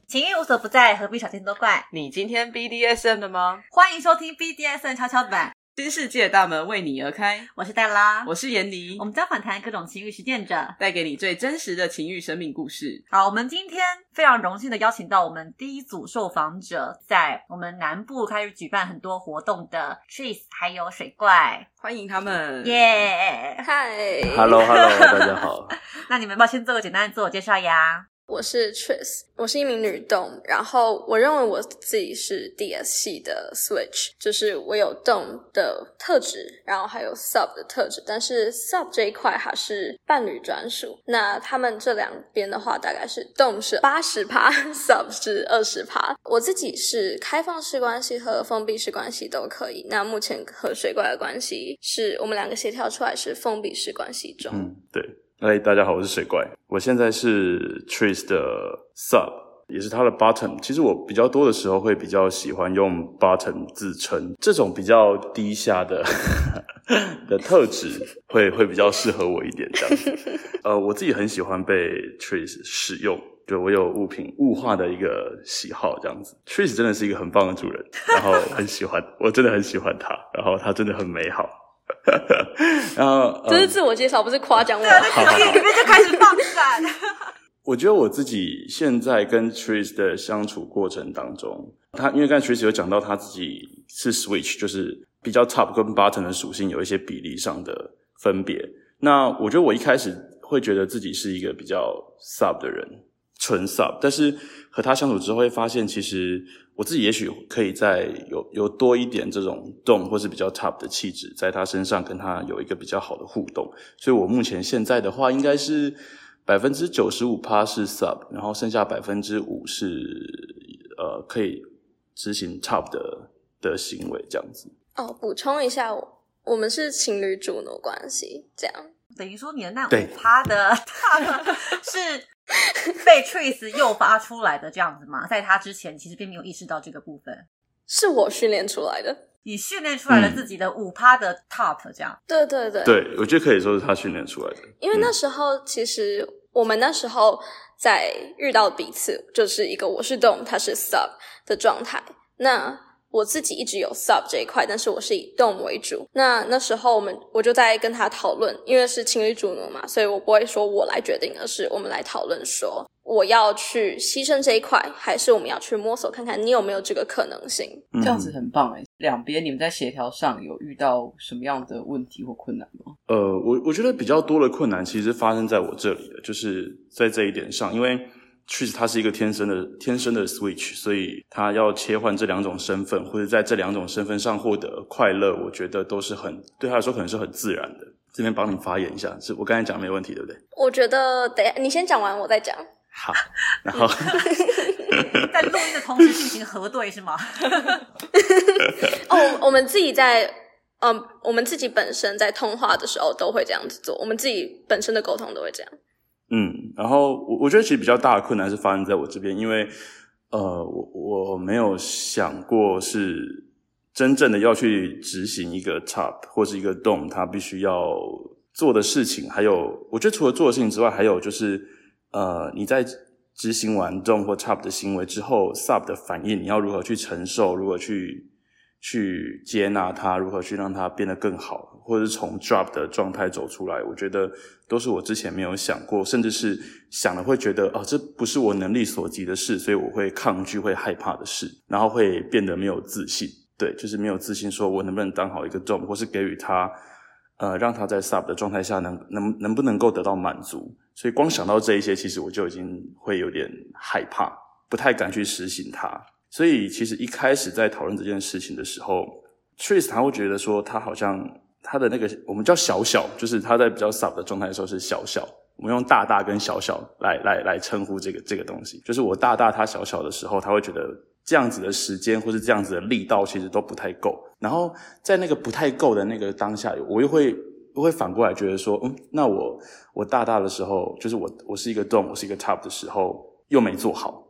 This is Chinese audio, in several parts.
情欲无所不在，何必少见多怪？ 你今天 BDSM 了吗？ 欢迎收听 BDSM 跷跷板， 新世界大门为你而开。 我是黛拉， 我是妍妮， 我们将访谈各种情欲实践者， 带给你最真实的情欲生命故事。 好，我们今天非常荣幸的邀请到我们第一组受访者，在我们南部开始举办很多活动的 Tris 还有水怪， 欢迎他们。 耶！ 嗨 Hello， 大家好。 那你们要不要先做个简单的自我介绍呀？ 我是 Tris， 我是一名女动，然后我认为我自己是 DS 系的 Switch， 就是我有动的特质，然后还有 Sub 的特质，但是 Sub 这一块还是伴侣专属。那他们这两边的话，大概是动是 80% Sub 是 20%。我自己是开放式关系和封闭式关系都可以。那目前和水怪的关系是我们两个协调出来是封闭式关系中。 对。嗨，大家好，我是水怪，我现在是 Tris 的 Sub， 也是他的 Bottom。其实我比较多的时候会比较喜欢用 Bottom 自称，这种比较低下的的特质会比较适合我一点这样子。我自己很喜欢被 Tris 使用，就我有物品物化的一个喜好这样子。Tris 真的是一个很棒的主人，然后很喜欢，我真的很喜欢他，然后他真的很美好。然后这是自我介绍，不是夸奖我。 对，里面就开始放闪。 我觉得我自己现在跟 Tris 的相处过程当中，因为刚才 Tris 有讲到他自己是 Switch， 就是比较 Top 跟 Bottom 的属性有一些比例上的分别。那我觉得我一开始会觉得自己是一个比较 Sub 的人，纯 Sub， 但是和他相处之后会发现，其实我自己也许可以再有多一点这种动或是比较 top 的气质在他身上，跟他有一个比较好的互动。所以我目前现在的话应该是 95% 是 sub， 然后剩下 5% 是可以执行 top 的行为这样子。 哦，补充一下，我们是情侣主奴关系，这样等于说你的那5%的是被 Tris 诱发出来的这样子吗？在他之前其实并没有意识到这个部分，是我训练出来的。 你训练出来了自己的5%的 top 这样。 对对对， 对，我觉得可以说是他训练出来的。 因为那时候其实我们那时候在遇到彼此，就是一个我是dom他是 sub 的状态。那我自己一直有 sub 这一块，但是我是以dom为主。那时候我就在跟他讨论，因为是情侣主奴嘛，所以我不会说我来决定，而是我们来讨论说我要去牺牲这一块，还是我们要去摸索看看你有没有这个可能性。 这样子很棒耶。两边你们在协调上有遇到什么样的问题或困难吗？ 我觉得比较多的困难其实发生在我这里的，就是在这一点上，因为确实他是一个天生的 Switch， 所以他要切换这两种身份，或者在这两种身份上获得快乐，我觉得都是对他来说可能是很自然的。这边帮你发言一下，是我刚才讲没问题对不对？ 我觉得等一下你先讲完我再讲。 好，然后在录音的同时进行核对是吗？ 我们自己我们自己本身在通话的时候都会这样子做，我们自己本身的沟通都会这样。 然后我觉得其实比较大的困难是发生在我这边，因为我没有想过是真正的要去执行一个 top 或是一个dom他必须要做的事情，还有我觉得除了做的事情之外，还有就是你在执行完 dom 或 top 的行为之后 sub 的反应，你要如何去承受，如何去接纳它，如何去让它变得更好，或者是从 drop 的状态走出来，我觉得都是我之前没有想过，甚至是想了会觉得这不是我能力所及的事，所以我会抗拒会害怕的事，然后会变得没有自信。对，就是没有自信说我能不能当好一个 dom， 或是给予他让他在 sub 的状态下能不能够得到满足。所以光想到这一些，其实我就已经会有点害怕，不太敢去实行它。所以其实一开始在讨论这件事情的时候 Tris 他会觉得说他好像他的那个我们叫小小，就是他在比较 sub 的状态的时候是小小，我们用大大跟小小来称呼这个东西，就是我大大他小小的时候，他会觉得这样子的时间或是这样子的力道其实都不太够，然后在那个不太够的那个当下，我又会反过来觉得说那我大大的时候，就是我是一个dom，我是一个 top 的时候又没做好，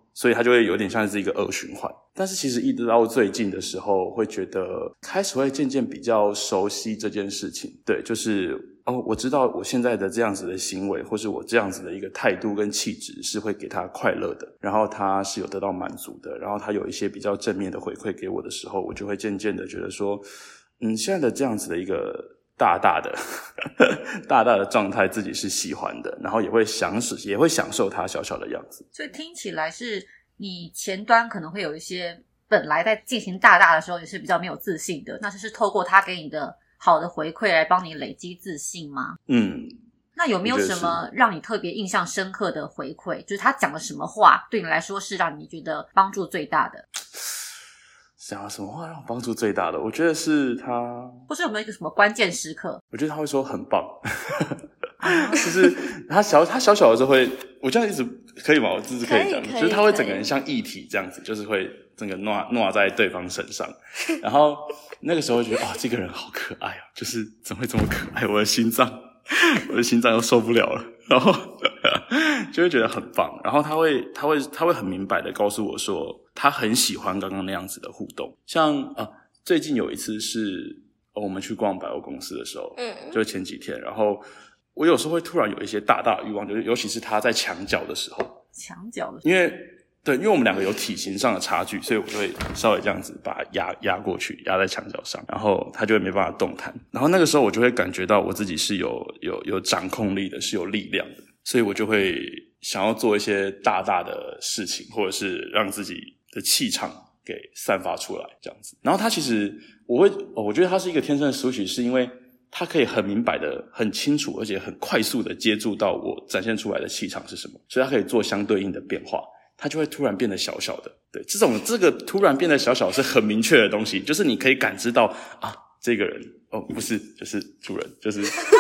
所以它就会有点像是一个恶循环。但是其实一直到最近的时候，会觉得开始会渐渐比较熟悉这件事情。对，就是我知道我现在的这样子的行为，或是我这样子的一个态度跟气质是会给他快乐的，然后他是有得到满足的，然后他有一些比较正面的回馈给我的时候，我就会渐渐的觉得说现在的这样子的一个大大的状态自己是喜欢的，然后也会享受它小小的样子。 所以听起来是你前端可能会有一些本来在进行大的时候也是比较没有自信的，那是透过他给你的好的回馈来帮你累积自信吗？那有没有什么让你特别印象深刻的回馈，就是他讲了什么话对你来说是让你觉得帮助最大的？ 讲了什么话让我帮助最大的？我觉得是他， 或是有没有一个什么关键时刻？ 我觉得他会说很棒就是他小的时候会，我这样一直可以吗？我这是可以讲，就是他会整个人像液体这样子，就是会整个挪在对方身上，然后那个时候会觉得这个人好可爱哦，就是怎么会这么可爱？我的心脏又受不了了，然后就会觉得很棒。然后他会很明白的告诉我说，他很喜欢刚刚那样子的互动。像最近有一次是我们去逛百货公司的时候，就是前几天，然后我有时候会突然有一些大的欲望，就是尤其是他在墙角的时候，因为我们两个有体型上的差距，所以我就会稍微这样子把它压过去，压在墙角上，然后他就会没办法动弹。然后那个时候我就会感觉到我自己是有掌控力的，是有力量的，所以我就会想要做一些大的事情，或者是让自己的气场给散发出来这样子。然后他其实我觉得他是一个天生的 switch， 是因为他可以很明白的、很清楚而且很快速的接触到我展现出来的气场是什么，所以他可以做相对应的变化，他就会突然变得小小的。对，这个突然变得小小是很明确的东西，就是你可以感知到这个人不是就是主人，就是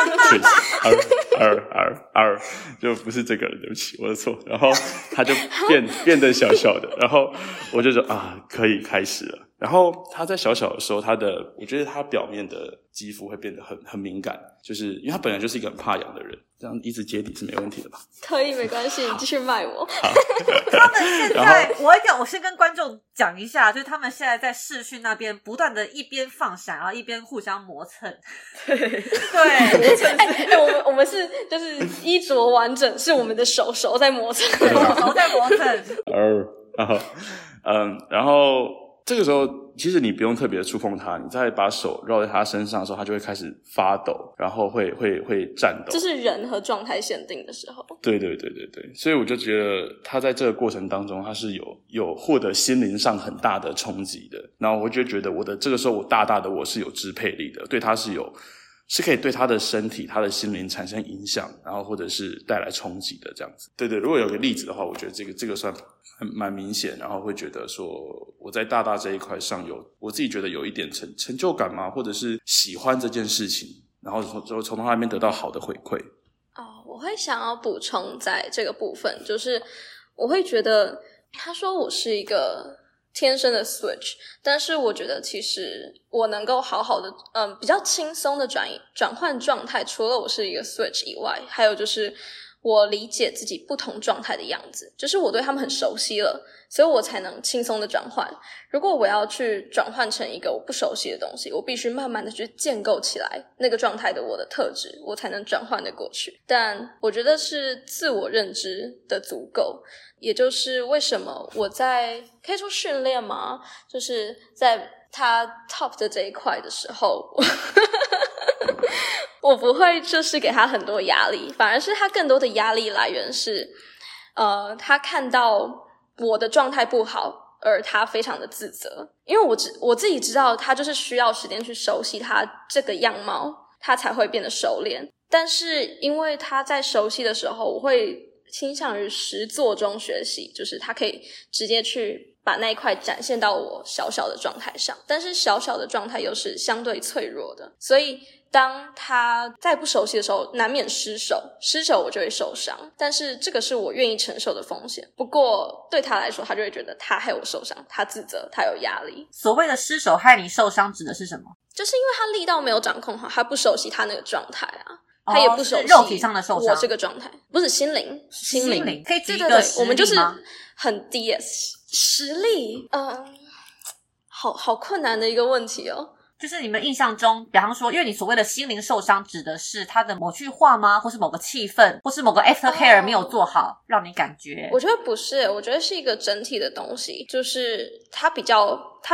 Chris 就不是这个人，对不起，我的错。然后他就变得小小的，然后我就说可以开始了。然后他在小小的时候，我觉得他表面的肌肤会变得很敏感，就是因为他本来就是一个很怕痒的人，这样一直接底是没问题的吧？ 可以，没关系，你继续卖我。 他们现在，我先跟观众讲一下，就是他们现在在视讯那边不断的一边放闪，然后一边互相磨蹭。对，磨蹭。 我们是就是衣着完整，是我们的手在磨蹭， 手在磨蹭。 然后这个时候其实你不用特别触碰它，你再把手绕在它身上的时候，它就会开始发抖，然后会颤抖。 这是人和状态限定的时候。 对，所以我就觉得他在这个过程当中，他是有获得心灵上很大的冲击的。然后我就觉得这个时候我大的我是有支配力的，对他是可以对他的身体、他的心灵产生影响，然后或者是带来冲击的这样子。对，如果有个例子的话，我觉得这个算蛮明显，然后会觉得说我在大这一块上我自己觉得有一点成就感嘛，或者是喜欢这件事情，然后从他那边得到好的回馈。 我会想要补充在这个部分，就是我会觉得他说我是一个天生的 switch， 但是我觉得其实我能够好好的比较轻松的转换状态，除了我是一个 switch 以外，还有就是我理解自己不同状态的样子，就是我对他们很熟悉了，所以我才能轻松的转换。如果我要去转换成一个我不熟悉的东西，我必须慢慢的去建构起来那个状态的我的特质，我才能转换的过去。但我觉得是自我认知的足够，也就是为什么我在可以说训练吗？就是在他 top 的这一块的时候我不会就是给他很多压力，反而是他更多的压力来源是他看到我的状态不好而他非常的自责，因为我自己知道他就是需要时间去熟悉他这个样貌，他才会变得熟练。但是因为他在熟悉的时候，我会倾向于实作中学习，就是他可以直接去把那一块展现到我小小的状态上，但是小小的状态又是相对脆弱的，所以当他在不熟悉的时候难免失手我就会受伤，但是这个是我愿意承受的风险。不过对他来说，他就会觉得他害我受伤，他自责，他有压力。 所谓的失手害你受伤指的是什么？ 就是因为他力道没有掌控好，他不熟悉他那个状态啊，他也不熟悉肉体上的受伤， 我这个状态不是心灵可以举一个对，我们就是很 DS 实力，好困难的一个问题哦。 就是你们印象中，比方说，因为你所谓的心灵受伤指的是他的某句话吗？或是某个气氛，或是某个 aftercare 没有做好，让你感觉？ 我觉得不是，我觉得是一个整体的东西，就是它比较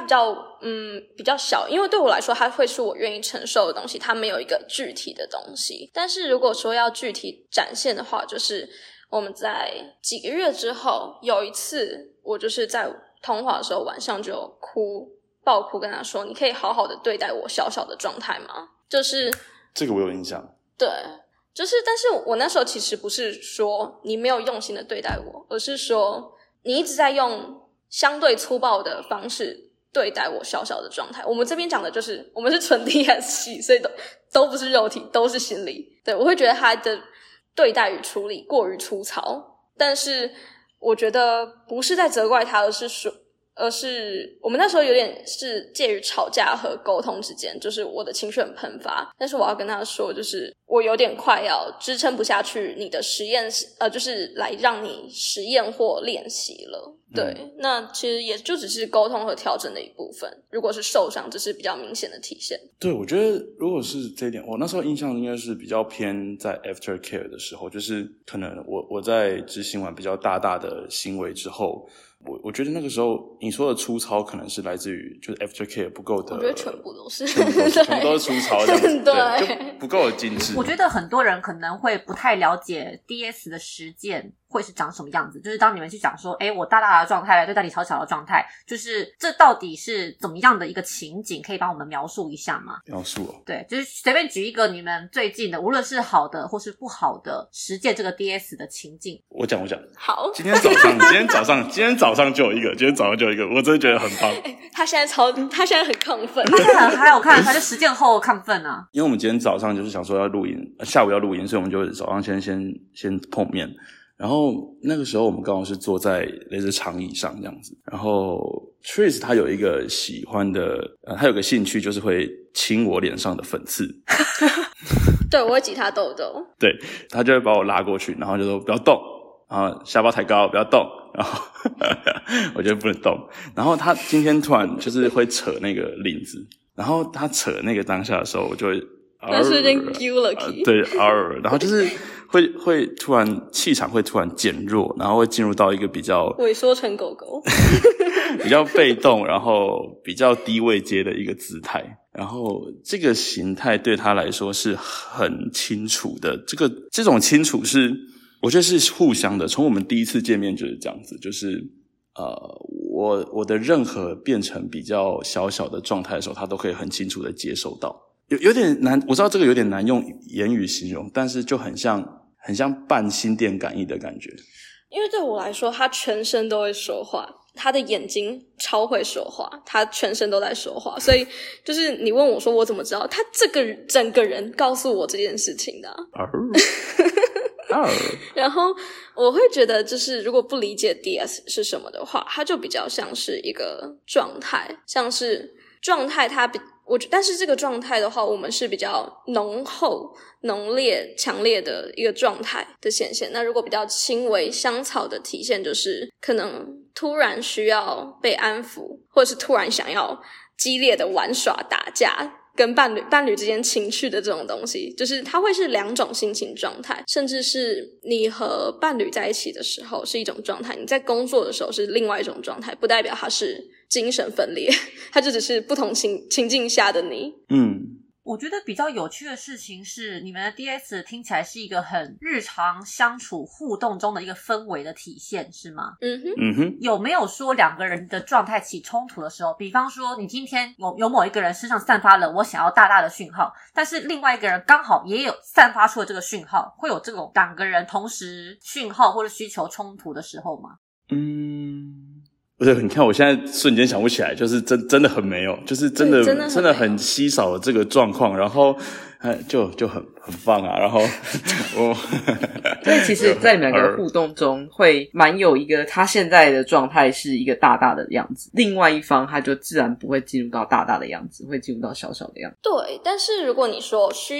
小，因为对我来说，它会是我愿意承受的东西，它没有一个具体的东西。但是如果说要具体展现的话，就是我们在几个月之后，有一次我就是在通话的时候晚上就爆哭跟他说，你可以好好的对待我小小的状态吗？就是这个我有印象。 对，就是但是我那时候其实不是说你没有用心的对待我，而是说你一直在用相对粗暴的方式对待我小小的状态。我们这边讲的就是我们是纯 DS 系，所以都不是肉体，都是心理。对，我会觉得他的对待与处理过于粗糙，但是我觉得不是在责怪他，而是我们那时候有点是介于吵架和沟通之间，就是我的情绪很喷发，但是我要跟他说，就是我有点快要支撑不下去你的实验就是来让你实验或练习了。对，那其实也就只是沟通和调整的一部分，如果是受伤这是比较明显的体现。 对，我觉得如果是这一点，我那时候印象应该是比较偏在 aftercare 的时候，就是可能我在执行完比较大的行为之后，我觉得那个时候你说的粗糙可能是来自于就是 aftercare 不够的， 我觉得全部都是全部都是粗糙这样子， 对， 就不够的精致。 我觉得很多人可能会不太了解 DS 的实践会是长什么样子，就是当你们去讲说我大的状态来对待你小小的状态，就是这到底是怎么样的一个情景，可以帮我们描述一下吗？ 描述哦， 对，就是随便举一个你们最近的无论是好的或是不好的实践这个 DS 的情境。 我讲好， 今天早上就有一个，我真的觉得很棒。 他现在很亢奋， 他现在很嗨，我看他就实践后亢奋啊。 因为我们今天早上就是想说要录音，下午要录音，所以我们就早上先碰面。然后那个时候我们刚好是坐在类似长椅上这样子，然后 Tris 他有一个喜欢的他有个兴趣就是会亲我脸上的粉刺对，我会挤他痘痘， 对，他就会把我拉过去，然后就说不要动，然后下巴抬高不要动，然后我觉得不能动，然后他今天突然就是会扯那个领子，然后他扯那个当下的时候我就会那瞬间 lucky 对然后就是会突然气场会突然减弱，然后会进入到一个比较萎缩成狗狗比较被动然后比较低位阶的一个姿态，然后这个形态对他来说是很清楚的，这种清楚是我觉得是互相的，从我们第一次见面就是这样子，就是我的任何变成比较小小的状态的时候他都可以很清楚的接收到，有点难，我知道这个有点难用言语形容，但是就很像半心电感应的感觉。 因为对我来说他全身都会说话，他的眼睛超会说话，他全身都在说话，所以就是你问我说我怎么知道他这个整个人告诉我这件事情的然后我会觉得就是如果不理解 DS 是什么的话，它就比较像是一个状态，像是状态但是这个状态的话我们是比较浓厚浓烈强烈的一个状态的显现，那如果比较轻微香草的体现就是可能突然需要被安抚，或者是突然想要激烈的玩耍打架，跟伴侣之间情绪的这种东西，就是它会是两种心情状态，甚至是你和伴侣在一起的时候是一种状态，你在工作的时候是另外一种状态，不代表它是精神分裂，它就只是不同情境下的你。 我觉得比较有趣的事情是你们的 DS 听起来是一个很日常相处互动中的一个氛围的体现，是吗？有没有说两个人的状态起冲突的时候，比方说你今天有某一个人身上散发了我想要大的讯号，但是另外一个人刚好也有散发出了这个讯号，会有这种两个人同时讯号或者需求冲突的时候吗？ 不是，你看我现在瞬间想不起来，就是真的很没有，就是真的很稀少的这个状况，然后就很棒啊，然后所以其实在你们两个互动中会蛮有一个他现在的状态是一个大的样子，另外一方他就自然不会进入到大的样子，会进入到小的样子。 对，但是如果你说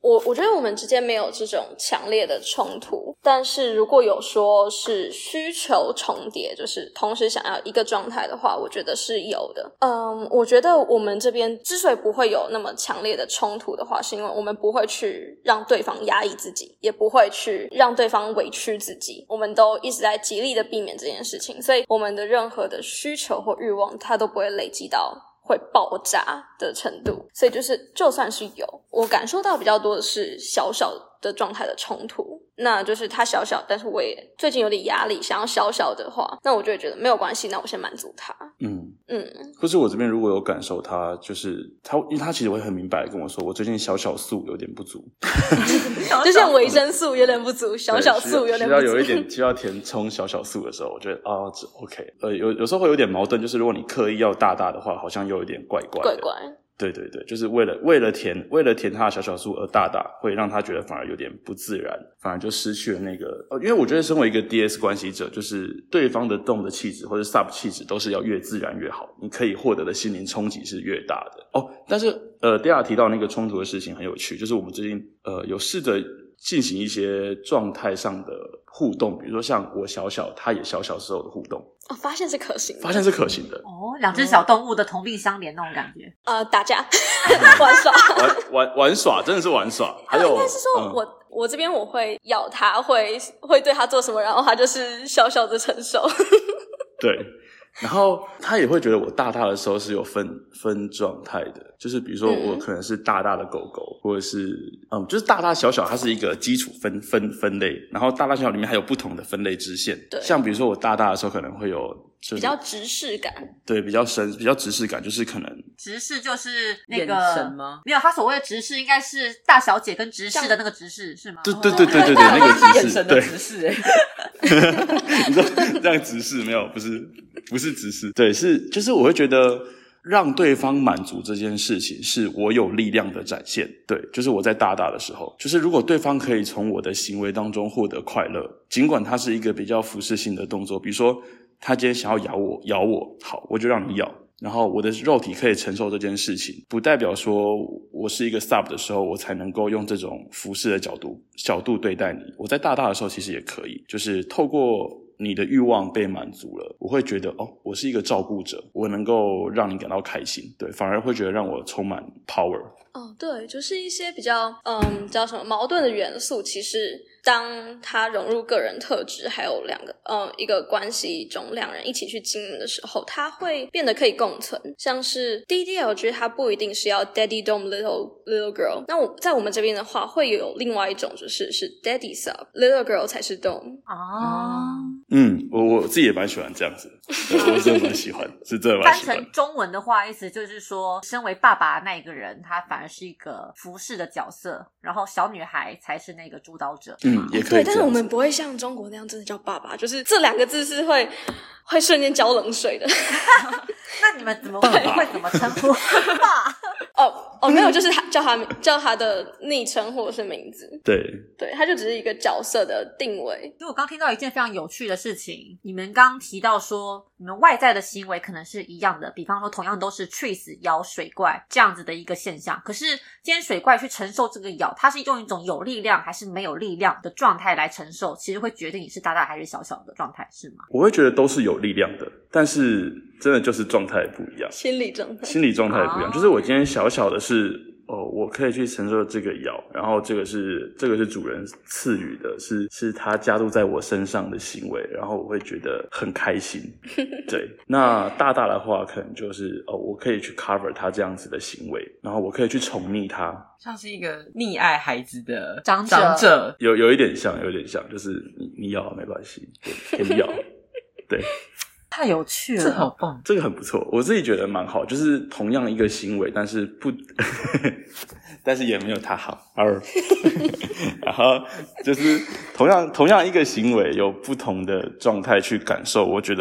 我觉得我们之间没有这种强烈的冲突，但是如果有说是需求重叠，就是同时想要一个状态的话，我觉得是有的。我觉得我们这边之所以不会有那么强烈的冲突的话，是因为我们不会去让对方压抑自己，也不会去让对方委屈自己，我们都一直在极力的避免这件事情，所以我们的任何的需求或欲望它都不会累积到会爆炸的程度，所以就算是有，我感受到比较多的是小小的状态的冲突，那就是他小小，但是我也最近有点压力，想要小小的话，那我就会觉得没有关系，那我先满足他。 或是我这边如果有感受他，就是他，因为他其实会很明白地跟我说，我最近小小素有点不足， 就像维生素有点不足，小小素有点不足， 需要有一点需要填充小小素的时候，我觉得这 OK。有时候会有点矛盾，就是如果你刻意要大大的话，好像又有点怪怪的。对对对，就是为了填他的小小数而大大，会让他觉得反而有点不自然，反而就失去了那个因为我觉得身为一个 DS 关系者，就是对方的动的气质或者 sub 气质都是要越自然越好，你可以获得的心灵冲击是越大的但是Dea 提到那个冲突的事情很有趣，就是我们最近有试着进行一些状态上的互动，比如说像我小小他也小小时候的互动发现是可行的两只小动物的同病相怜那种感觉打架玩耍玩耍，真的是玩耍。还有应该是说我这边我会咬他，会对他做什么，然后他就是小小的承受对，然后他也会觉得我大大的时候是有分状态的，就是比如说我可能是大大的狗狗，或者是就是大大小小它是一个基础分类，然后大大小小里面还有不同的分类支线。对，像比如说我大大的时候可能会有比较直视感， 对，比较直视感，就是可能直视就是那个眼神吗？ 没有，他所谓的直视应该是大小姐跟直视的那个直视是吗？ 对，那个直视， 眼神的直视你说这样直视没有？不是直视，对，就是我会觉得让对方满足这件事情是我有力量的展现。对，就是我在大的时候，就是如果对方可以从我的行为当中获得快乐，尽管它是一个比较服侍性的动作，比如说他今天想要咬我，好，我就让你咬，然后我的肉体可以承受这件事情，不代表说我是一个 sub 的时候我才能够用这种服侍的角度对待你。我在大的时候其实也可以，就是透过你的欲望被满足了，我会觉得我是一个照顾者，我能够让你感到开心，对，反而会觉得让我充满 power。 对，就是一些比较叫什么矛盾的元素，其实当它融入个人特质还有一个关系中两人一起去经营的时候，它会变得可以共存。像是 DDLG 它不一定是要 Daddy Dom Little Girl， 那在我们这边的话会有另外一种是 Daddy Sub Little Girl 才是 Dom。 我自己也蛮喜欢这样子，我真的蛮喜欢，是真的蛮喜欢。 翻成中文的话，意思就是说，身为爸爸那一个人，他反而是一个服侍的角色，然后小女孩才是那个主导者。 也可以。对， 但是我们不会像中国那样真的叫爸爸，就是这两个字是会瞬间浇冷水的。 那你们怎么会怎么称呼爸？ 没有，就是叫他的昵称或者是名字。 对， 他就只是一个角色的定位。 因为我刚听到一件非常有趣的事情，你们刚提到说你们外在的行为可能是一样的，比方说同样都是 Trees 咬水怪这样子的一个现象，可是今天水怪去承受这个咬，它是用一种有力量还是没有力量的状态来承受，其实会决定你是大大还是小小的状态，是吗？ 我会觉得都是有力量的，但是真的就是状态不一样，心理状态不一样。就是我今天小小的是我可以去承受这个咬，然后这个是主人赐予的，是他加入在我身上的行为，然后我会觉得很开心。对，那大的话可能就是我可以去 cover 他这样子的行为，然后我可以去宠溺他， 像是一个溺爱孩子的长者， 有一点像，就是你咬没关系，可以咬。对， 太有趣了， 这好棒， 这个很不错，我自己觉得蛮好，就是同样一个行为，但是但是也没有他好。然后就是同样一个行为有不同的状态去感受，我觉得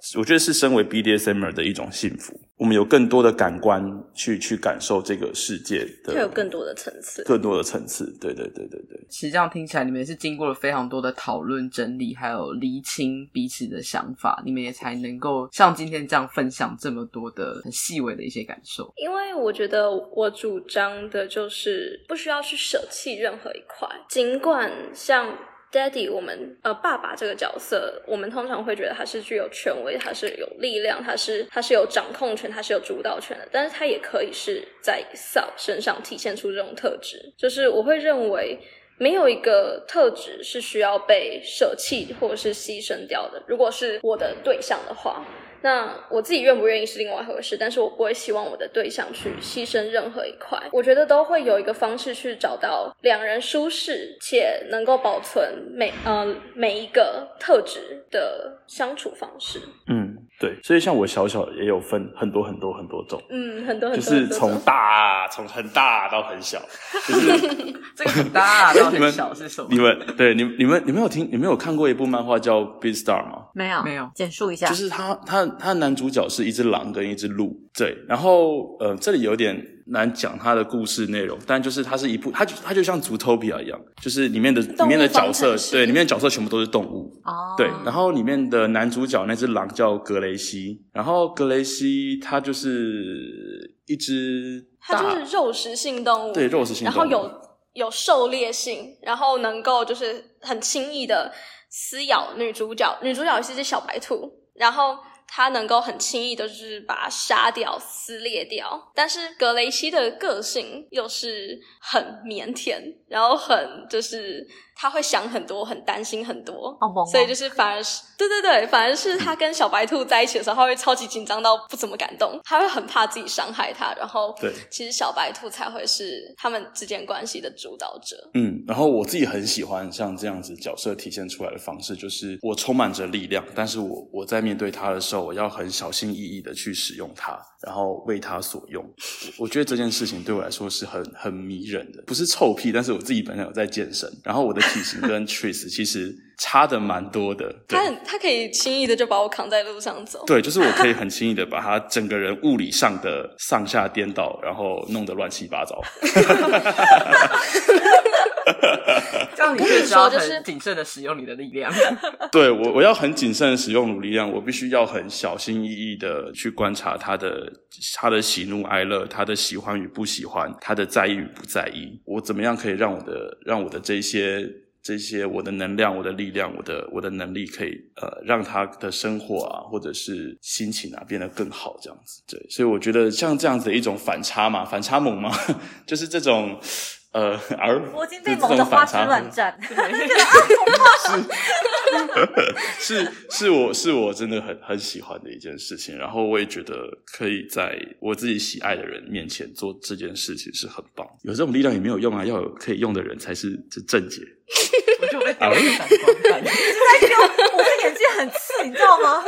我觉得是身为 BDSMer 的一种幸福，我们有更多的感官去感受这个世界的， 会有更多的层次， 对。 其实这样听起来，你们也是经过了非常多的讨论、整理，还有厘清彼此的想法，你们也才能够像今天这样分享这么多的很细微的一些感受。 因为我觉得我主张的就是不需要去舍弃任何一块，尽管像Daddy 我们爸爸这个角色，我们通常会觉得他是具有权威，他是有力量，他是有掌控权，他是有主导权的，但是他也可以是在 Sub 身上体现出这种特质。就是我会认为没有一个特质是需要被舍弃或者是牺牲掉的，如果是我的对象的话，那我自己愿不愿意是另外一回事，但是我不会希望我的对象去牺牲任何一块。我觉得都会有一个方式去找到两人舒适且能够保存每一个特质的相处方式。 对，所以像我小也有分很多种， 很多就是从很大到很小，就是这个很大到很小是什么？ 你们有看过一部漫画叫 Beastar 吗？ 没有，简述一下。 就是他男主角是一只狼跟一只鹿，对，然后这里有点难讲他的故事内容，但就是它是一部，它就像 Zootopia 一样，就是里面的角色，对，里面的角色全部都是动物，对，然后里面的男主角那只狼叫格雷西，然后格雷西它就是一只它就是肉食性动物， 对，肉食性动物， 然后有狩猎性，然后能够就是很轻易的撕咬女主角也是一只小白兔，然后他能够很轻易的就是把它杀掉撕裂掉，但是格雷西的个性又是很腼腆，然后很就是他会想很多，很担心很多，所以就是反而是对，反而是他跟小白兔在一起的时候，他会超级紧张到不怎么敢动，他会很怕自己伤害他，然后其实小白兔才会是他们之间关系的主导者。 然后我自己很喜欢像这样子角色体现出来的方式，就是我充满着力量，但是我在面对他的时候，我要很小心翼翼的去使用它，然后为他所用。我觉得这件事情对我来说是很迷人的，不是臭屁，但是我自己本身有在健身，然后我的体型跟 Tris 其实差的蛮多的。 他可以轻易的就把我扛在路上走。 对，就是我可以很轻易的把他整个人物理上的上下颠倒，然后弄得乱七八糟。 这样你确实要很谨慎的使用你的力量。 对，我要很谨慎的使用力量，我必须要很小心翼翼的去观察他的喜怒哀乐，他的喜欢与不喜欢，他的在意与不在意，我怎么样可以让我的这些我的能量，我的力量，我的能力可以让他的生活啊或者是心情啊变得更好，这样子。对，所以我觉得像这样子的一种反差萌嘛，就是这种我已经被萌的花枝乱颤， 是我真的很喜欢的一件事情，然后我也觉得可以在我自己喜爱的人面前做这件事情是很棒。有这种力量也没有用啊，要有可以用的人才是正解。 我就被丢闪光弹， 你是在丢我的眼睛很刺，你知道吗？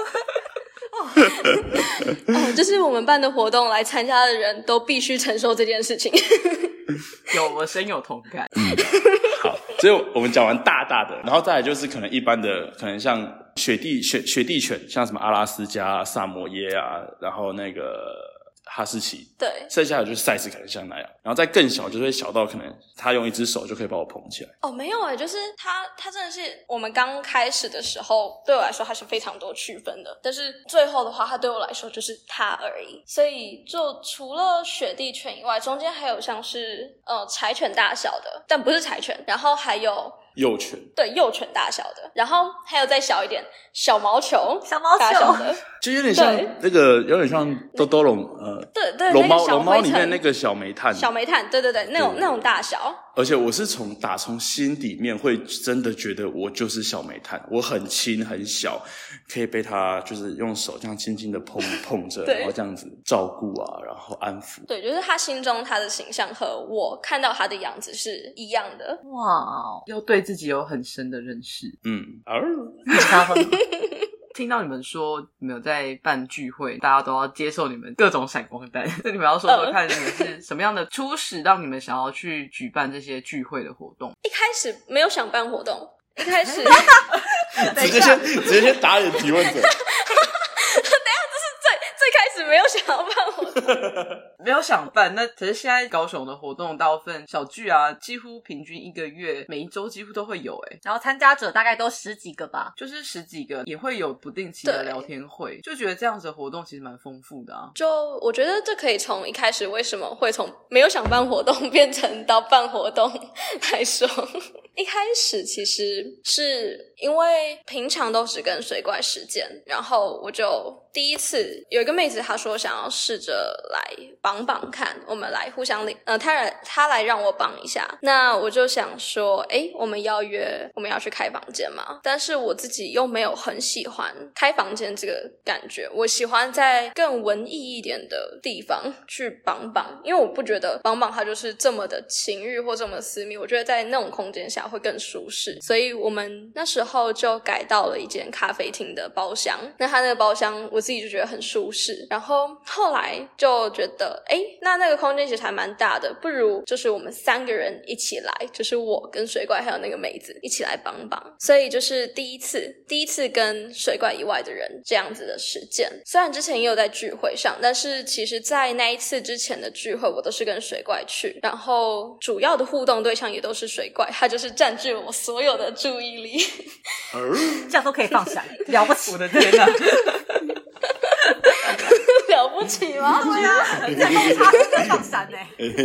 就是我们办的活动来参加的人都必须承受这件事情。 我深有同感。 好，所以我们讲完大的，然后再来就是可能一般的，可能像雪地犬，像什么阿拉斯加、萨摩耶啊，然后那个哈士奇， 对， 剩下的就是 size 可能像那样，然后再更小就会小到可能他用一只手就可以把我捧起来。 没有就是他真的是我们刚开始的时候对我来说他是非常多区分的，但是最后的话他对我来说就是他而已。所以就除了雪地犬以外，中间还有像是柴犬大小的，但不是柴犬，然后还有幼犬， 对，幼犬大小的，然后还有再小一点小毛球大小的， 就有点像那个有点像多龙对龙猫里面那个小煤炭， 对，那种大小。 而且我是打从心里面会真的觉得我就是小煤炭，我很轻很小，可以被他就是用手这样轻轻的碰着，然后这样子照顾啊，然后安抚。对， 就是他心中他的形象和我看到他的样子是一样的。 哇，又对自己有很深的认识。听到你们说你们有在办聚会，大家都要接受你们各种闪光弹，那你们要说说看你们是什么样的初始让你们想要去举办这些聚会的活动？ 一开始没有想办活动，一开始直接先打脸提问者。 没有想办，那可是现在高雄的活动大部分小聚啊，几乎平均一个月每一周几乎都会有然后参加者大概都10几个吧， 就是10几个，也会有不定期的聊天会，就觉得这样子的活动其实蛮丰富的啊。 就我觉得这可以从一开始为什么会从没有想办活动变成到办活动来说。一开始其实是因为平常都只跟水怪实践，然后我就第一次有一个妹子她说想要试着来绑绑看，我们来互相她来让我绑一下，那我就想说我们要去开房间嘛，但是我自己又没有很喜欢开房间这个感觉，我喜欢在更文艺一点的地方去绑绑，因为我不觉得绑绑它就是这么的情欲或这么私密，我觉得在那种空间下会更舒适，所以我们那时候就改到了一间咖啡厅的包厢，那它那个包厢我自己就觉得很舒适，然后后来就觉得那个空间其实还蛮大的，不如就是我们3个人一起来，就是我跟水怪还有那个妹子一起来绑绑，所以就是第一次跟水怪以外的人这样子的实践，虽然之前也有在聚会上，但是其实在那一次之前的聚会我都是跟水怪去，然后主要的互动对象也都是水怪，他就是占据了我所有的注意力。 这样都可以放闪，了不起！ 我的天哪！ 了不起吗？ 对啊，这样差点就放闪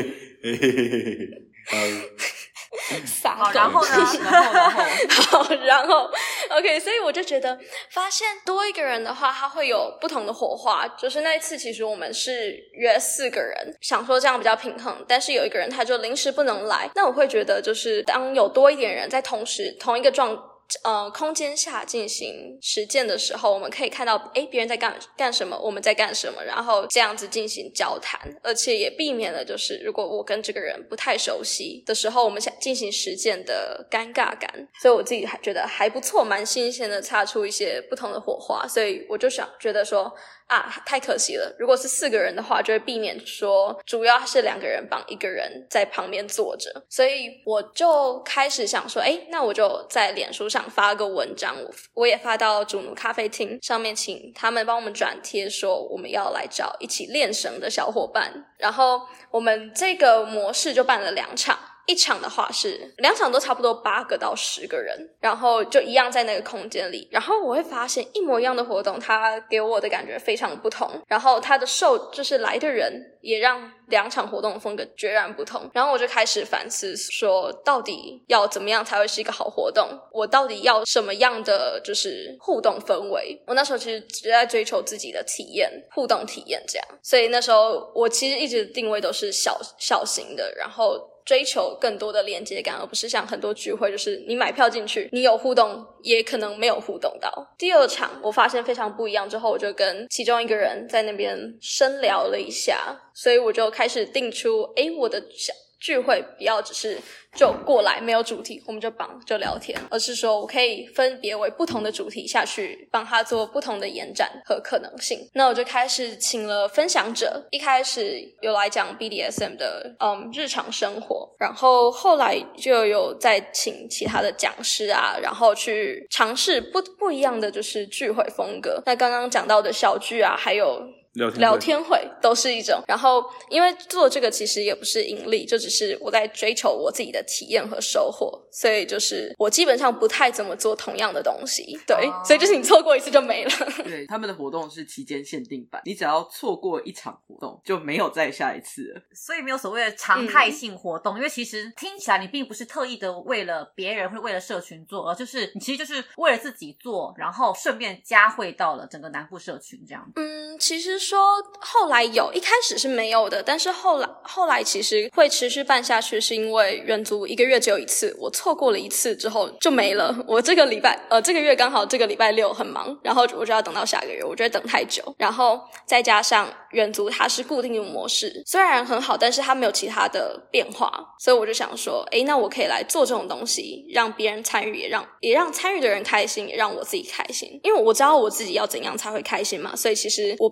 好，然后呢？ 然后 OK， 所以我就觉得发现多一个人的话他会有不同的火花，就是那一次其实我们是约4个人，想说这样比较平衡，但是有一个人他就临时不能来，那我会觉得就是当有多一点人在同一个空间下进行实践的时候，我们可以看到别人在干什么，我们在干什么，然后这样子进行交谈，而且也避免了就是如果我跟这个人不太熟悉的时候我们想进行实践的尴尬感，所以我自己还觉得还不错，蛮新鲜的，擦出一些不同的火花，所以我就觉得说太可惜了，如果是4个人的话就会避免说主要是2个人绑1个人在旁边坐着，所以我就开始想说那我就在脸书上发个文章，我也发到主奴咖啡厅上面，请他们帮我们转贴说我们要来找一起练绳的小伙伴，然后我们这个模式就办了2场，一场的话是2场都差不多8个到10个人，然后就一样在那个空间里，然后我会发现一模一样的活动它给我的感觉非常不同，然后它的就是来的人也让2场活动的风格决然不同，然后我就开始反思说到底要怎么样才会是一个好活动，我到底要什么样的就是互动氛围，我那时候其实只在追求自己的体验，互动体验这样，所以那时候我其实一直定位都是小型的，然后追求更多的连接感，而不是像很多聚会就是你买票进去你有互动也可能没有互动到。第2场我发现非常不一样之后，我就跟其中一个人在那边深聊了一下，所以我就开始定出我的聚会不要只是就过来没有主题我们就绑就聊天，而是说我可以分别为不同的主题下去帮他做不同的延展和可能性。那我就开始请了分享者，一开始有来讲 BDSM 的日常生活，然后后来就有再请其他的讲师啊，然后去尝试不一样的就是聚会风格。那刚刚讲到的小聚啊，还有聊天会都是一种，然后因为做这个其实也不是盈利，就只是我在追求我自己的体验和收获，所以就是我基本上不太怎么做同样的东西，对，所以就是你错过一次就没了。 对，他们的活动是期间限定版，你只要错过1场活动就没有再下一次了， 所以没有所谓的常态性活动，因为其实听起来你并不是特意的为了别人或为了社群做，而就是你其实就是为了自己做，然后顺便加惠到了整个南部社群这样。 其实说后来有，一开始是没有的，但是后来其实会持续办下去，是因为远足1个月只有1次，我错过了1次之后就没了。我这个月刚好这个礼拜6很忙，然后我就要等到下个月，我觉得等太久，然后再加上远足它是固定的模式，虽然很好，但是它没有其他的变化，所以我就想说那我可以来做这种东西，让别人参与，也让参与的人开心，也让我自己开心，因为我知道我自己要怎样才会开心嘛，所以其实我办聚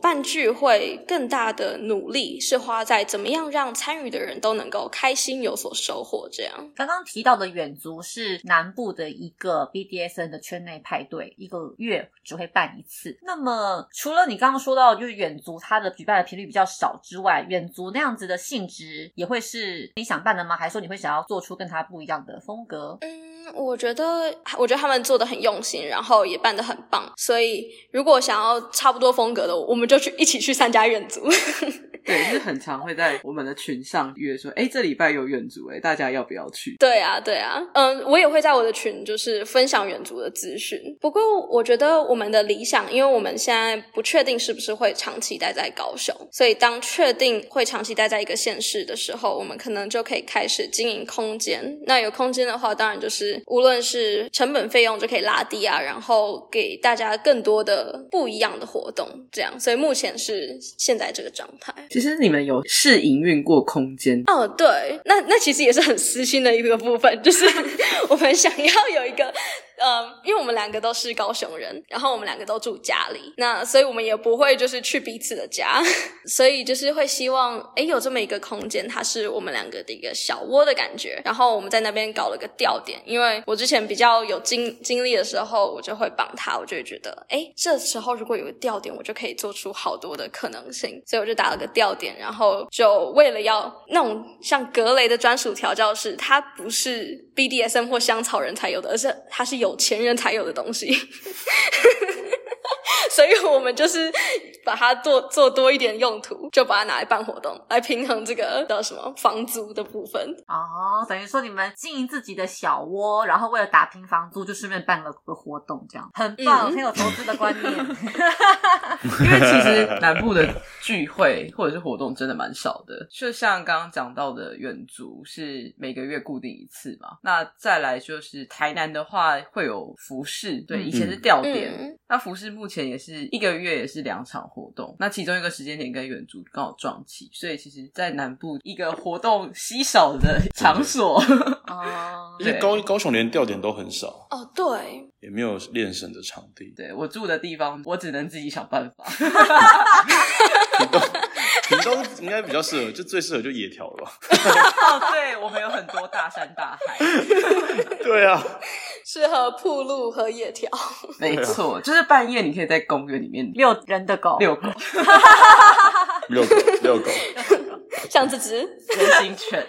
聚会更大的努力是花在怎么样让参与的人都能够开心有所收获这样。 刚刚提到的远足是南部的一个 BDSM 的圈内派对，一个月只会办一次。那么除了你刚刚说到就是远足它的举办的频率比较少之外，远足那样子的性质也会是你想办的吗？还是说你会想要做出跟它不一样的风格？ 我觉得他们做得很用心，然后也办得很棒，所以如果想要差不多风格的，我们就一起去参加远足。 对，就是很常会在我们的群上约说这礼拜有远足大家要不要去？ 对啊我也会在我的群就是分享远足的资讯。不过我觉得我们的理想，因为我们现在不确定是不是会长期待在高雄，所以当确定会长期待在一个县市的时候，我们可能就可以开始经营空间。那有空间的话，当然就是无论是成本费用就可以拉低啊，然后给大家更多的不一样的活动这样。所以目前是现在这个状态。 其实你们有试营运过空间？ 对，那其实也是很私心的一个部分，就是我们想要有一个因为我们两个都是高雄人，然后我们两个都住家里，那所以我们也不会就是去彼此的家，所以就是会希望有这么一个空间，它是我们两个的一个小窝的感觉，然后我们在那边搞了个吊点。因为我之前比较有经历的时候，我就会绑它，我就会觉得这时候如果有个吊点，我就可以做出好多的可能性，所以我就打了个吊点，然后就为了要那种像格雷的专属调教室，它不是 BDSM 或香草人才有的，而是它是有钱人才有的东西。所以我们就是把它做多一点用途，就把它拿来办活动，来平衡这个叫什么房租的部分。 等于说你们经营自己的小窝，然后为了打平房租就顺便办了个活动，这样很棒，很有投资的观念。 因为其实南部的聚会或者是活动真的蛮少的，就像刚刚讲到的远足是每个月固定一次嘛，那再来就是台南的话会有服饰，对，以前是吊点，那服饰目前也是一个月也是2场活动，那其中一个时间点跟远足刚好撞期，所以其实在南部一个活动稀少的场所。 因为高雄连吊点都很少。 对， 也没有练神的场地。 对，我住的地方我只能自己想办法。 屏东应该比较适合，就最适合就野条了吧。 对，我们有很多大山大海。 对啊， 适合铺路和野条。 没错，就是半夜你可以在公园里面遛人的狗， 遛狗。 遛狗像这只人形犬。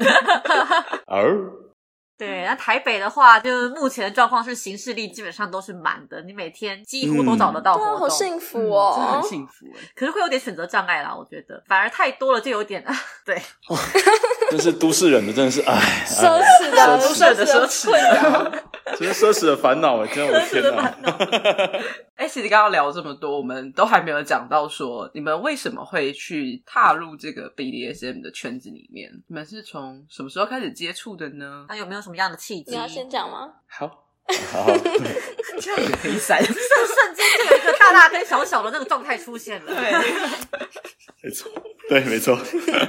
对，那台北的话，就是目前的状况是行事历基本上都是满的，你每天几乎都找得到活动， 好幸福真的很幸福可是会有点选择障碍啦，我觉得反而太多了就有点对。 这是都市人的，真的是奢侈的都市人的奢侈的， 这是奢侈的烦恼真的，我的天哪。 其实刚刚聊这么多，我们都还没有讲到说你们为什么会去踏入这个 BDSM 的圈子里面，你们是从什么时候开始接触的呢？ 那有没有什么样的契机？ 你要先讲吗？ 好这样也可以闪， 瞬间就有一个大大跟小小的那个状态出现了。 对，没错。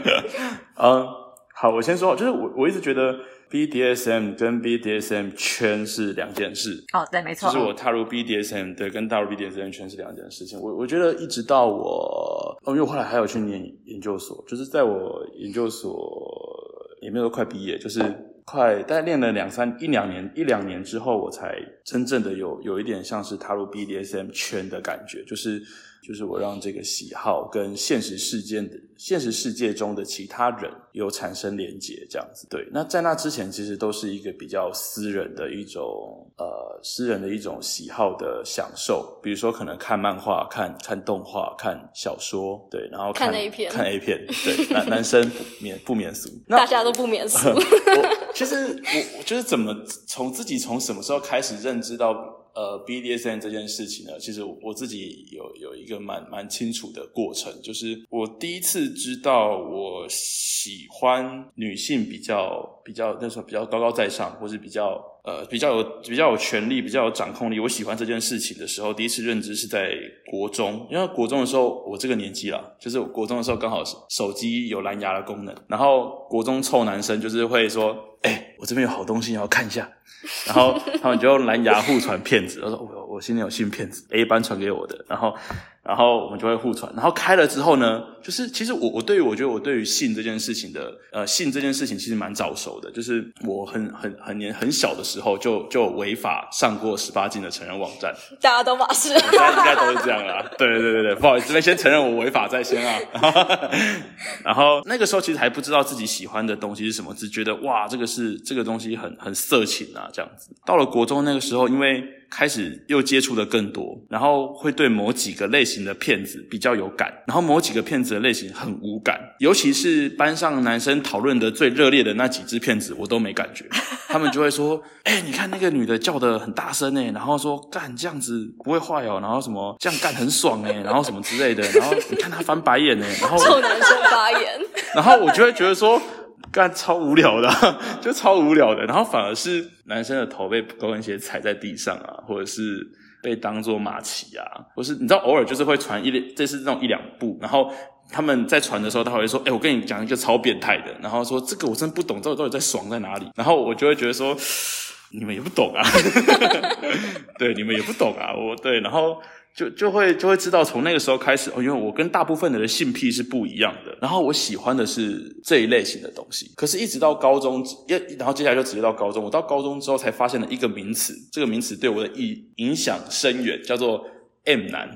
好，我先说，就是我一直觉得 BDSM 跟 BDSM 圈是两件事。 对，没错。 就是我踏入 BDSM 对，跟踏入 BDSM 圈是两件事情。我觉得一直到我因为我后来还有去念研究所，就是在我研究所也没有快毕业，就是大概练了一两年之后，我才真正的有一点像是踏入 BDSM 圈的感觉，就是我让这个喜好跟现实世界中的其他人有产生连结，这样子。对，那在那之前其实都是一个比较私人的一种喜好的享受，比如说可能看漫画、看动画、看小说，对，然后看 A 片，对，男生不免俗， 大家都不免俗。 其实我就是从什么时候开始认知到BDSM 这件事情呢？其实我自己有一个蛮清楚的过程，就是我第一次知道我喜欢女性比较那时候比较高高在上，或是比较有权力、比较有掌控力，我喜欢这件事情的时候，第一次认知是在国中。因为国中的时候我这个年纪啦，就是我国中的时候刚好手机有蓝牙的功能，然后国中臭男生就是会说我这边有好东西要看一下，然后他们就用蓝牙互传片子，我说我今天有新片子 A 班传给我的，然后然后我们就会互传，然后开了之后呢，就是其实我觉得我对于性这件事情的性这件事情其实蛮早熟的，就是我很小的时候就违法上过18禁的成人网站， 大家都马是， 大家应该都是这样啦。对，不好意思，这边先承认我违法在先啊。然后那个时候其实还不知道自己喜欢的东西是什么，只觉得哇，这个东西很色情啊这样子。到了国中那个时候，因为开始又接触的更多，然后会对某几个类型的片子比较有感，然后某几个片子的类型很无感，尤其是班上男生讨论的最热烈的那几支片子我都没感觉。他们就会说你看那个女的叫得很大声然后说干这样子不会坏然后什么这样干很爽然后什么之类的，然后你看他翻白眼然后臭男生发言， 然后我就会觉得说干超无聊的就超无聊的，然后反而是男生的头被高跟鞋踩在地上啊，或者是被当作马骑啊，或是你知道偶尔就是会传这是那种1-2部，然后他们在传的时候他会说我跟你讲一个超变态的，然后说这个我真不懂，这个到底在爽在哪里，然后我就会觉得说你们也不懂啊对，你们也不懂啊，对，然后就会知道从那个时候开始因为我跟大部分的人性癖是不一样的，然后我喜欢的是这一类型的东西。可是一直到高中，然后接下来就直接到高中，我到高中之后才发现了一个名词，这个名词对我的影响深远，叫做 M 男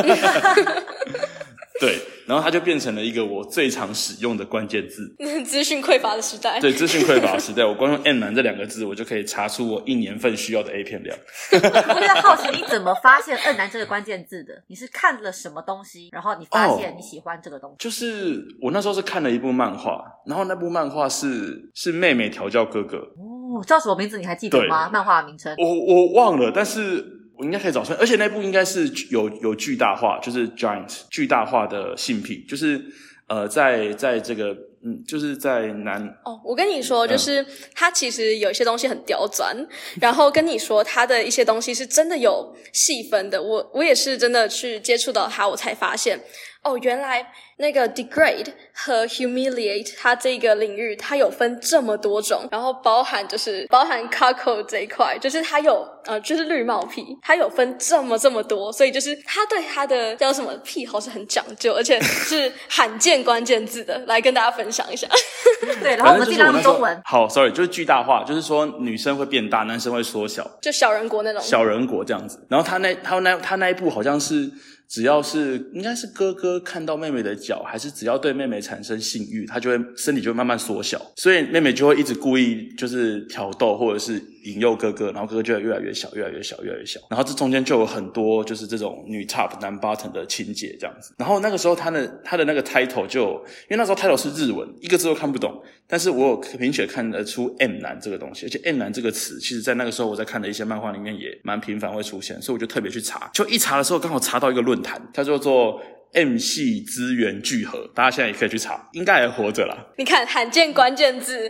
对，然后它就变成了一个我最常使用的关键字。 资讯匮乏的时代。 对，资讯匮乏的时代，我光用 M 男这2个字，我就可以查出我1年份需要的 A 片量。 我比较好奇，你怎么发现 M 男这个关键字的？你是看了什么东西，然后你发现你喜欢这个东西？ 就是我那时候是看了一部漫画，然后那部漫画是妹妹调教哥哥。 叫什么名字你还记得吗？漫画的名称我忘了，但是我应该可以找出来，而且那部应该是有巨大化，就是 giant 巨大化的性癖，就是在这个就是在我跟你说，就是他其实有一些东西很刁钻，然后跟你说他的一些东西是真的有细分的。我也是真的去接触到他，我才发现原来那个 degrade 和 humiliate 它这个领域它有分这么多种，然后包含 cuckold 这一块，就是它有就是绿帽癖，它有分这么多，所以就是他对他的叫什么癖好是很讲究，而且是罕见关键字的，来跟大家分享一下。 对，然后我们尽量用中文。 好 ，sorry， 就是巨大化，就是说女生会变大，男生会缩小， 就小人国那种。 小人国这样子。然后他那一部好像是。只要是应该是哥哥看到妹妹的脚，还是只要对妹妹产生性欲，他就会身体就会慢慢缩小，所以妹妹就会一直故意就是挑逗或者是引诱哥哥，然后哥哥就会越来越小，然后这中间就有很多就是这种女 top 男 bottom 的情节这样子。然后那个时候他的那个 title 就因为那时候 title 是日文，一个字都看不懂，但是我有明显看得出 M 男这个东西，而且 M 男这个词其实在那个时候我在看的一些漫画里面也蛮频繁会出现，所以我就特别去查，就一查的时候刚好查到一个论坛，它叫做 M 系资源聚合，大家现在也可以去查，应该还活着啦。 你看罕见关键字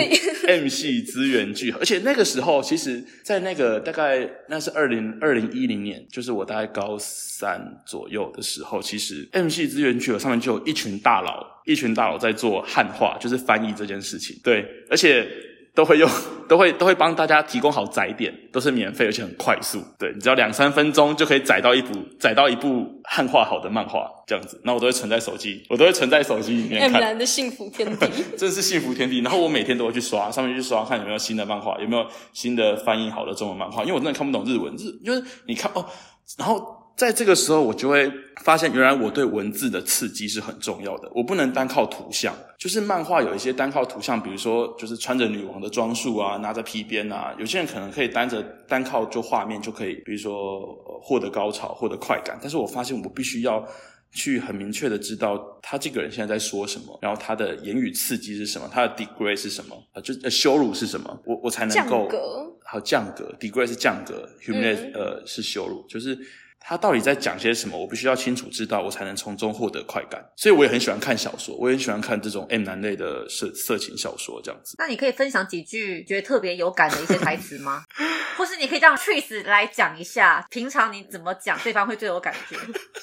M 系资源聚合，而且那个时候其实在那个大概那是2010年，就是我大概高3左右的时候，其实 M 系资源聚合上面就有一群大佬在做汉化，就是翻译这件事情。对，而且都会帮大家提供好载点，都是免费而且很快速。对，你只要2-3分钟就可以载到一部汉化好的漫画这样子。那我都会存在手机里面看。 M 男的幸福天地， 真是幸福天地。然后我每天都会去刷，上面去刷看有没有新的漫画，有没有新的翻译好的中文漫画，因为我真的看不懂日文，就是你看然后在这个时候我就会发现原来我对文字的刺激是很重要的，我不能单靠图像，就是漫画有一些单靠图像，比如说就是穿着女王的装束啊，拿着皮鞭啊，有些人可能可以单靠就画面就可以比如说获得高潮获得快感，但是我发现我必须要去很明确的知道他这个人现在在说什么，然后他的言语刺激是什么，他的 degrade 是什么，就羞辱是什么，我才能够降格 degrade 是降格 humiliate 是羞辱，就是他到底在讲些什么，我必须要清楚知道，我才能从中获得快感。所以我也很喜欢看小说，我也很喜欢看这种 M 男类的色情小说这样子。 那你可以分享几句觉得特别有感的一些台词吗？或是你可以让 Tris 来讲一下，平常你怎么讲对方会最有感觉？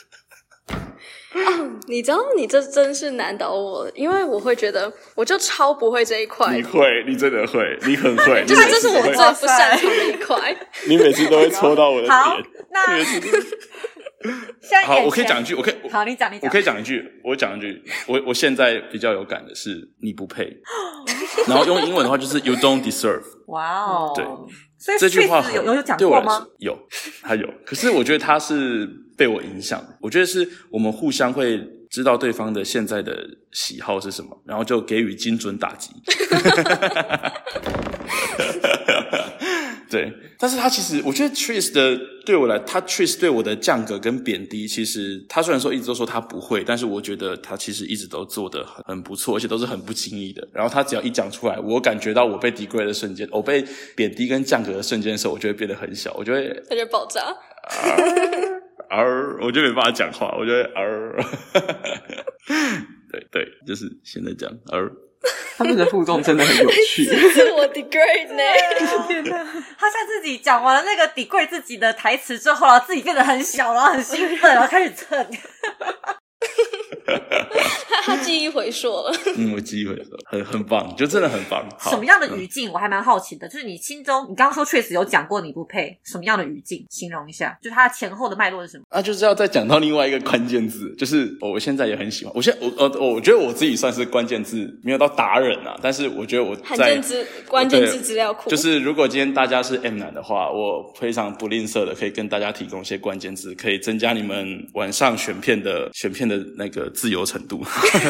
你知道你这真是难倒我，因为我会觉得我就超不会这一块。 你会，你真的会，你很会。 就是这是我最不擅长的一块。 你每次都会戳到我的点。 好，那好，我可以讲一句， 好，你讲， 我可以讲一句，我现在比较有感的是你不配，然后用英文的话就是 you don't deserve。 哇哦， 对， 所以这句话有讲过吗？ 有，他有，可是我觉得他是被我影响的，我觉得是我们互相会知道对方的现在的喜好是什么，然后就给予精准打击。对，但是他其实我觉得 Tris 他 Tris 对我的降格跟贬低，其实他虽然说一直都说他不会，但是我觉得他其实一直都做得很不错，而且都是很不经意的。然后他只要一讲出来，我感觉到我被 degrade 的瞬间，我被贬低跟降格的瞬间的时候，我就会变得很小，我就会他就爆炸。 我就没办法讲话，我就会对，就是现在这样他们的互动真的很有趣。 是我 degrade 呢？ 天哪！他像自己讲完了那个 degrade 自己的台词之后，然后自己变得很小，然后很兴奋，然后开始蹭。 他记忆回溯了。 我记忆回溯，很棒，就真的很棒。 什么样的语境我还蛮好奇的，就是你心中，你刚刚说确实有讲过你不配，什么样的语境形容一下，就是它前后的脉络是什么？ 就是要再讲到另外一个关键字，就是我现在也很喜欢，我觉得我自己算是关键字没有到达人啊，但是我觉得我在关键字资料库， 就是如果今天大家是 M 男的话，我非常不吝啬的可以跟大家提供一些关键字，可以增加你们晚上选片的那个自由程度。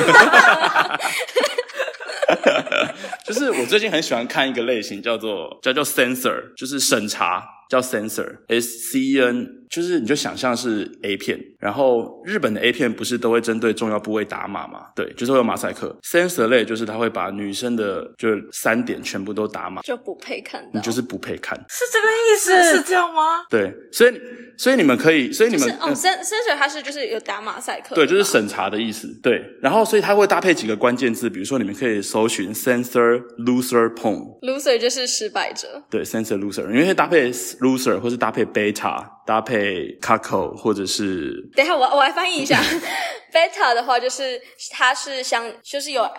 就是我最近很喜欢看一个类型叫做 censor， 就是审查，叫 censor SCEN， 就是你就想象是 A 片，然后日本的 A 片不是都会针对重要部位打码吗？对，就是会有马赛克。censor 类就是他会把女生的就是3点全部都打码， 就不配看到， 你就是不配看， 是这个意思？ 是这样吗？ 对，所以你们可以，所以你们 censor 它是就是有打马赛克， 对，就是审查的意思。对，然后所以它会搭配几个关键字，比如说你们可以搜寻 censor loser porn，loser 就是失败者， 对 censor loser， 因为会搭配 loser 或是搭配 beta， 搭配 cuckold 或者是， 等一下我来翻译一下。beta 的话就是它是就是有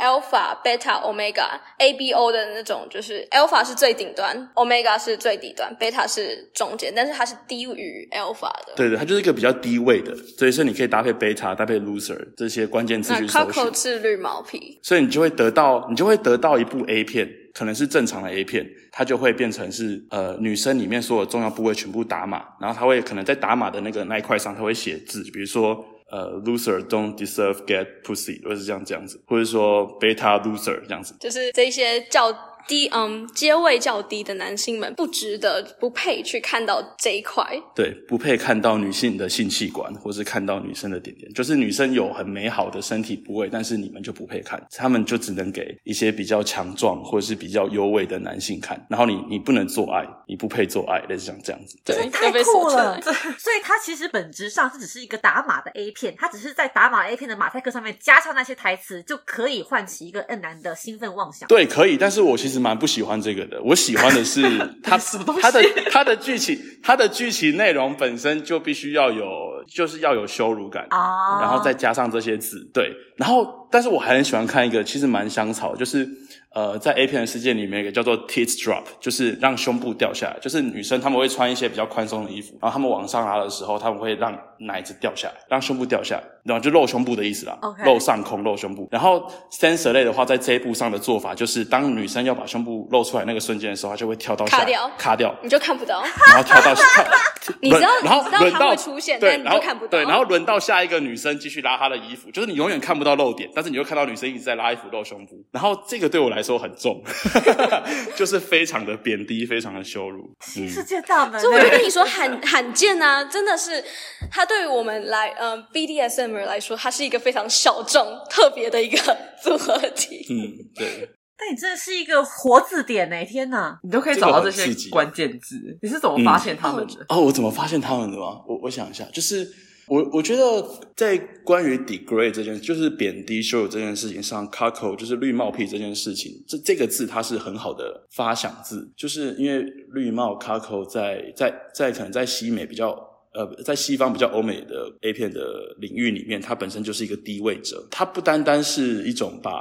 alpha、beta、omega、ABO 的那种，就是 alpha 是最顶端 ，omega 是最底端 ，beta 是中间，但是它是低于 alpha 的。 对，它就是一个比较低位的，所以说你可以搭配 beta、搭配 loser 这些关键字去搜寻。 那 cuckold 是绿毛皮， 所以你就会得到一部 A 片，可能是正常的 A 片，它就会变成是女生里面所有重要部位全部打码，然后它会可能在打码的那一块上，它会写字，比如说loser don't deserve get pussy， 或是这样子，或者说 beta loser 这样子， 就是这些较低阶位较低的男性们不值得不配去看到这一块， 对，不配看到女性的性器官，或是看到女生的点点，就是女生有很美好的身体部位，但是你们就不配看，他们就只能给一些比较强壮或是比较优位的男性看，然后你不能做爱，你不配做爱，类似像这样子。 对， 太酷了。所以它其实本质上是只是一个打码的 A 片，它只是在打码 A 片的马赛克上面加上那些台词，就可以唤起一个N男的兴奋妄想。 对，可以，但是我其实蛮不喜欢这个的，我喜欢的是它的剧情内容本身就必须要有羞辱感，然后再加上这些字，对，然后但是我还很喜欢看一个其实蛮香草，就是在 A 片的世界里面有一个叫做 tits drop， 就是让胸部掉下来，就是女生她们会穿一些比较宽松的衣服，然后她们往上拉的时候，她们会让奶子掉下来，让胸部掉下来，然后就露胸部的意思啦， okay. 露上空露胸部。然后 censor 类的话，在这一步上的做法就是当女生要把胸部露出来那个瞬间的时候，她就会跳到下卡掉， 你就看不到， 然后跳到你知道轮它会出现，但你就看不到， 对，然后轮到下一个女生继续拉她的衣服，就是你永远看不到漏点，但是你就看到女生一直在拉衣服露胸部，然后这个对我来说很重就是非常的贬低，非常的羞辱， 世界大门。 所以我就跟你说罕见啊，真的是它对于我们来BDSM 来说，它是一个非常小众特别的一个组合体。 对。 但你真的是一个活字典欸，天哪！ 你都可以找到这些关键字，你是怎么发现他们的？ 我怎么发现他们的吗？我想一下，就是我觉得在关于 degrade 这件事，就是贬低羞辱这件事情上 cuckold 就是绿帽癖这件事情，这个字它是很好的发想字，就是因为绿帽 cuckold 在可能在西美比较在西方比较欧美的 A 片的领域里面，它本身就是一个低位者，它不单单是一种把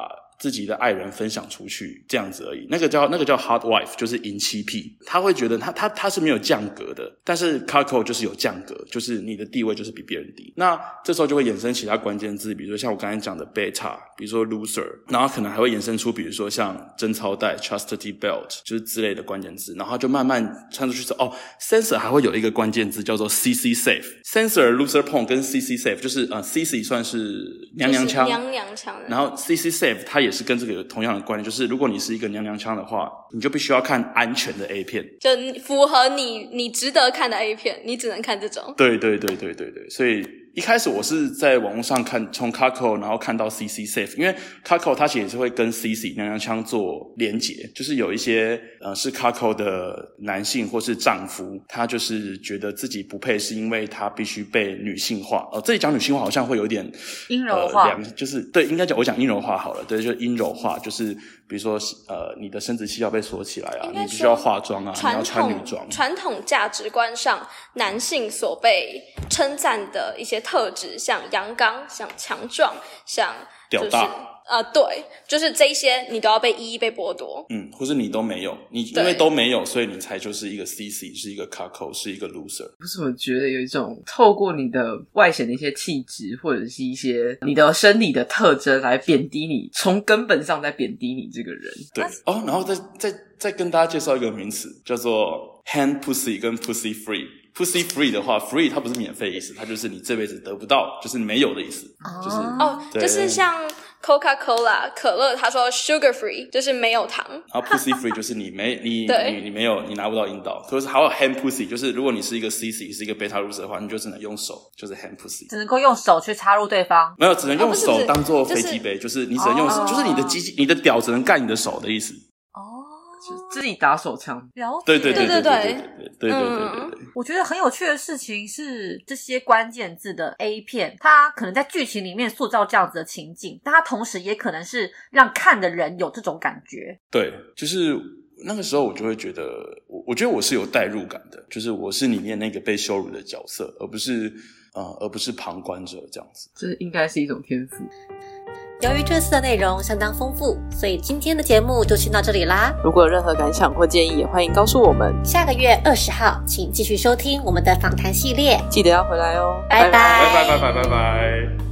自己的爱人分享出去这样子而已。那个叫 hot wife， 就是淫妻癖。他会觉得他是没有降格的，但是 cuckold 就是有降格，就是你的地位就是比别人低。那这时候就会衍生其他关键字，比如说像我刚才讲的 beta， 比如说 loser， 然后可能还会衍生出比如说像贞操带 chastity belt， 就是之类的关键字，然后就慢慢传出去说censor 还会有一个关键字叫做 CC safe。censor loser porn 跟 CC safe 就是CC 算是娘娘腔， 就是娘娘腔， 然后 CC safe 它也是跟这个有同样的关联，就是如果你是一个娘娘腔的话，你就必须要看安全的 A 片， 就符合你值得看的 A 片，你只能看这种。 对，所以一开始我是在网络上看，从 cuckold 然后看到 CC safe， 因为 cuckold 它其实也是会跟 CC 娘娘腔做连结，就是有一些是 cuckold 的男性或是丈夫，他就是觉得自己不配，是因为他必须被女性化。这里讲女性化好像会有点阴柔化， 就是对，应该我讲阴柔化好了，对，就是阴柔化，就是比如说你的生殖器要被锁起来啊，你必须要化妆啊，你要穿女装。 传统价值观上，男性所被称赞的一些特质，像阳刚，像强壮，像屌大， 对，就是这一些你都要被一一被剥夺。 或是你都没有，你因为都没有，所以你才就是一个 CC， 是一个 cuckold， 是一个 loser。 不是，我觉得有一种透过你的外显的一些气质，或者是一些你的生理的特征来贬低你，从根本上在贬低你这个人。 对，然后再跟大家介绍一个名词，叫做 hand pussy 跟 pussy free。Pussy free 的话 ，free 它不是免费的意思，它就是你这辈子得不到，就是没有的意思。 就是像 Coca-Cola 可乐，他说 sugar free 就是没有糖。 然后 pussy free 就是你没有，你拿不到阴道。可是还有 hand pussy， 就是如果你是一个 CC， 是一个 beta loser 的话，你就只能用手，就是 hand pussy， 只能够用手去插入对方。 没有，只能用手当做飞机杯，就是你只能用手，就是你的你的屌只能干你的手的意思。 自己打手枪。 了解。对。 我觉得很有趣的事情是，这些关键字的 A 片，它可能在剧情里面塑造这样子的情境，但它同时也可能是让看的人有这种感觉。 对，就是那个时候我就会觉得，我觉得我是有代入感的，就是我是里面那个被羞辱的角色，而不是旁观者这样子。 这应该是一种天赋。 由于这次的内容相当丰富，所以今天的节目就先到这里啦。 如果有任何感想或建议，也欢迎告诉我们。 下个月20号，请继续收听我们的访谈系列， 记得要回来哦。 拜拜。 拜拜。